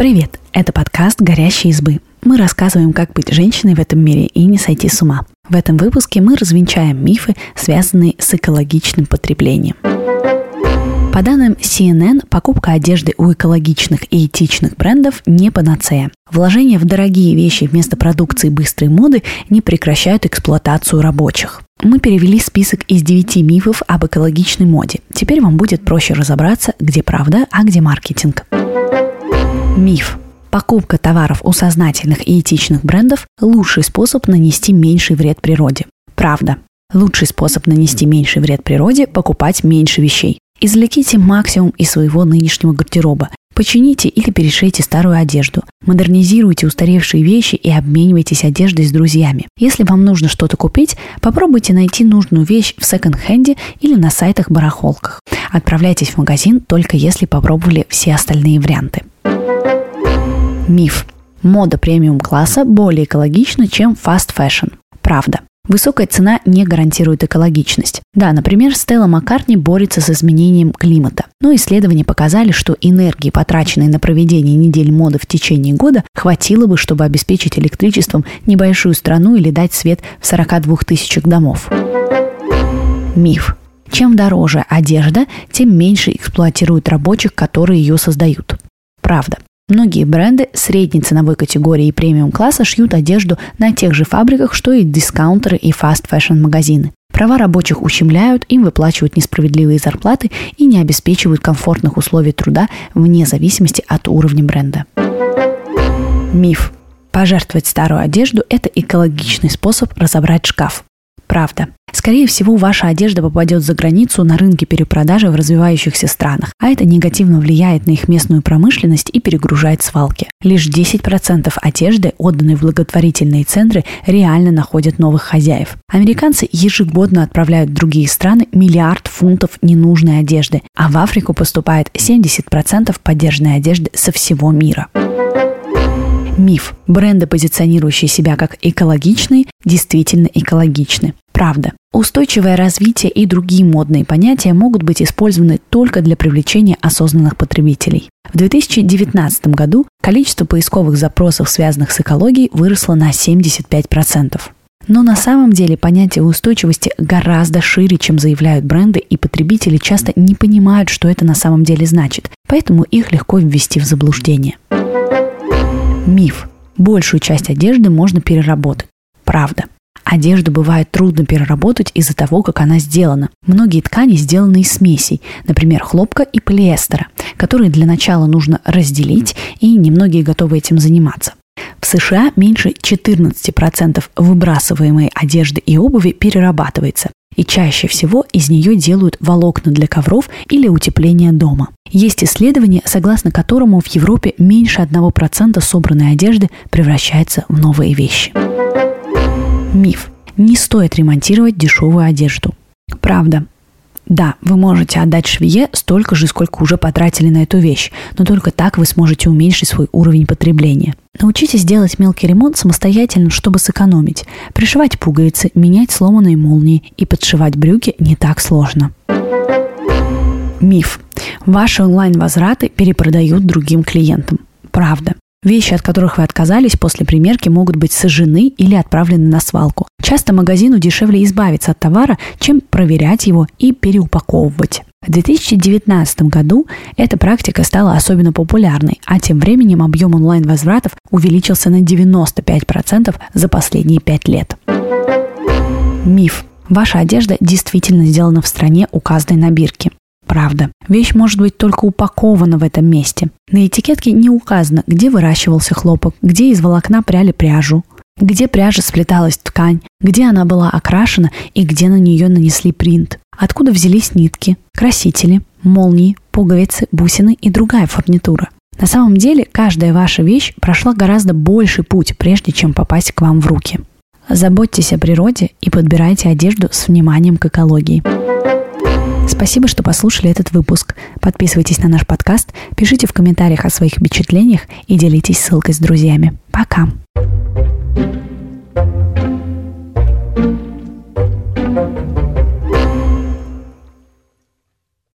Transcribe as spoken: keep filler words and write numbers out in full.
Привет! Это подкаст «Горящие избы». Мы рассказываем, как быть женщиной в этом мире и не сойти с ума. В этом выпуске мы развенчаем мифы, связанные с экологичным потреблением. По данным си эн эн, покупка одежды у экологичных и этичных брендов не панацея. Вложения в дорогие вещи вместо продукции быстрой моды не прекращают эксплуатацию рабочих. Мы перевели список из девяти мифов об экологичной моде. Теперь вам будет проще разобраться, где правда, а где маркетинг. Миф. Покупка товаров у сознательных и этичных брендов – лучший способ нанести меньший вред природе. Правда. Лучший способ нанести меньший вред природе – покупать меньше вещей. Извлеките максимум из своего нынешнего гардероба. Почините или перешейте старую одежду. Модернизируйте устаревшие вещи и обменивайтесь одеждой с друзьями. Если вам нужно что-то купить, попробуйте найти нужную вещь в секонд-хенде или на сайтах-барахолках. Отправляйтесь в магазин только если попробовали все остальные варианты. Миф. Мода премиум-класса более экологична, чем фаст-фэшн. Правда. Высокая цена не гарантирует экологичность. Да, например, Стелла Маккартни борется с изменением климата. Но исследования показали, что энергии, потраченной на проведение недель моды в течение года, хватило бы, чтобы обеспечить электричеством небольшую страну или дать свет в сорока двух тысячах домов. Миф. Чем дороже одежда, тем меньше эксплуатируют рабочих, которые ее создают. Правда. Многие бренды средней ценовой категории и премиум-класса шьют одежду на тех же фабриках, что и дискаунтеры и фаст-фэшн-магазины. Права рабочих ущемляют, им выплачивают несправедливые зарплаты и не обеспечивают комфортных условий труда вне зависимости от уровня бренда. Миф. Пожертвовать старую одежду – это экологичный способ разобрать шкаф. Правда. Скорее всего, ваша одежда попадет за границу на рынке перепродажи в развивающихся странах, а это негативно влияет на их местную промышленность и перегружает свалки. Лишь десять процентов одежды, отданной в благотворительные центры, реально находят новых хозяев. Американцы ежегодно отправляют в другие страны миллиард фунтов ненужной одежды, а в Африку поступает семьдесят процентов подержанной одежды со всего мира. Миф. Бренды, позиционирующие себя как экологичные, действительно экологичны. Правда. Устойчивое развитие и другие модные понятия могут быть использованы только для привлечения осознанных потребителей. В две тысячи девятнадцатом году количество поисковых запросов, связанных с экологией, выросло на семьдесят пять процентов. Но на самом деле понятие устойчивости гораздо шире, чем заявляют бренды, и потребители часто не понимают, что это на самом деле значит, поэтому их легко ввести в заблуждение. Миф. Большую часть одежды можно переработать. Правда. Одежду бывает трудно переработать из-за того, как она сделана. Многие ткани сделаны из смесей, например, хлопка и полиэстера, которые для начала нужно разделить, и немногие готовы этим заниматься. В США меньше четырнадцать процентов выбрасываемой одежды и обуви перерабатывается, и чаще всего из нее делают волокна для ковров или утепления дома. Есть исследование, согласно которому в Европе меньше одного процента собранной одежды превращается в новые вещи. Миф. Не стоит ремонтировать дешевую одежду. Правда. Да, вы можете отдать швее столько же, сколько уже потратили на эту вещь, но только так вы сможете уменьшить свой уровень потребления. Научитесь делать мелкий ремонт самостоятельно, чтобы сэкономить. Пришивать пуговицы, менять сломанные молнии и подшивать брюки не так сложно. Миф. Ваши онлайн-возвраты перепродают другим клиентам. Правда. Вещи, от которых вы отказались после примерки, могут быть сожжены или отправлены на свалку. Часто магазину дешевле избавиться от товара, чем проверять его и переупаковывать. В две тысячи девятнадцатом году эта практика стала особенно популярной, а тем временем объем онлайн-возвратов увеличился на девяносто пять процентов за последние пять лет. Миф. Ваша одежда действительно сделана в стране, указанной на бирке. Правда. Вещь может быть только упакована в этом месте. На этикетке не указано, где выращивался хлопок, где из волокна пряли пряжу, где пряжа сплеталась в ткань, где она была окрашена и где на нее нанесли принт, откуда взялись нитки, красители, молнии, пуговицы, бусины и другая фурнитура. На самом деле, каждая ваша вещь прошла гораздо больший путь, прежде чем попасть к вам в руки. Заботьтесь о природе и подбирайте одежду с вниманием к экологии. Спасибо, что послушали этот выпуск. Подписывайтесь на наш подкаст, пишите в комментариях о своих впечатлениях и делитесь ссылкой с друзьями. Пока!